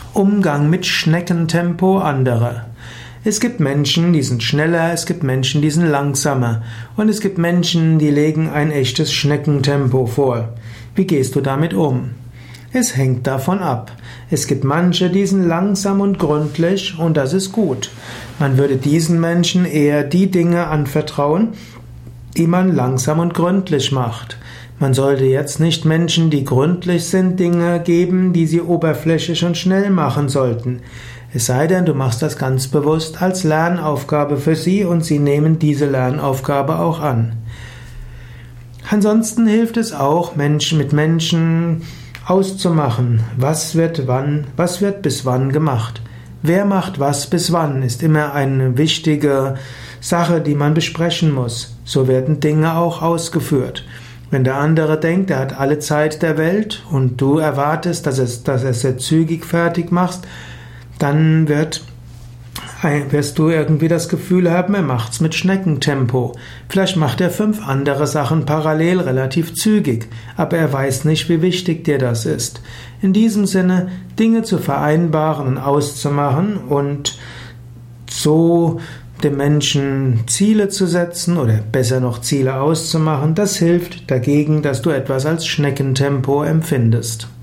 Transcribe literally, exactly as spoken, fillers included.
Umgang mit Schneckentempo anderer. Es gibt Menschen, die sind schneller, es gibt Menschen, die sind langsamer und es gibt Menschen, die legen ein echtes Schneckentempo vor. Wie gehst du damit um? Es hängt davon ab. Es gibt manche, die sind langsam und gründlich und das ist gut. Man würde diesen Menschen eher die Dinge anvertrauen, die man langsam und gründlich macht. Man sollte jetzt nicht Menschen, die gründlich sind, Dinge geben, die sie oberflächlich und schnell machen sollten. Es sei denn, du machst das ganz bewusst als Lernaufgabe für sie und sie nehmen diese Lernaufgabe auch an. Ansonsten hilft es auch, Menschen mit Menschen auszumachen, was wird wann, was wird bis wann gemacht. Wer macht was bis wann, ist immer eine wichtige Sache, die man besprechen muss. So werden Dinge auch ausgeführt. Wenn der andere denkt, er hat alle Zeit der Welt und du erwartest, dass, es, dass er es sehr zügig fertig macht, dann wird, wirst du irgendwie das Gefühl haben, er macht's mit Schneckentempo. Vielleicht macht er fünf andere Sachen parallel relativ zügig, aber er weiß nicht, wie wichtig dir das ist. In diesem Sinne, Dinge zu vereinbaren und auszumachen und so dem Menschen Ziele zu setzen oder besser noch Ziele auszumachen, das hilft dagegen, dass du etwas als Schneckentempo empfindest.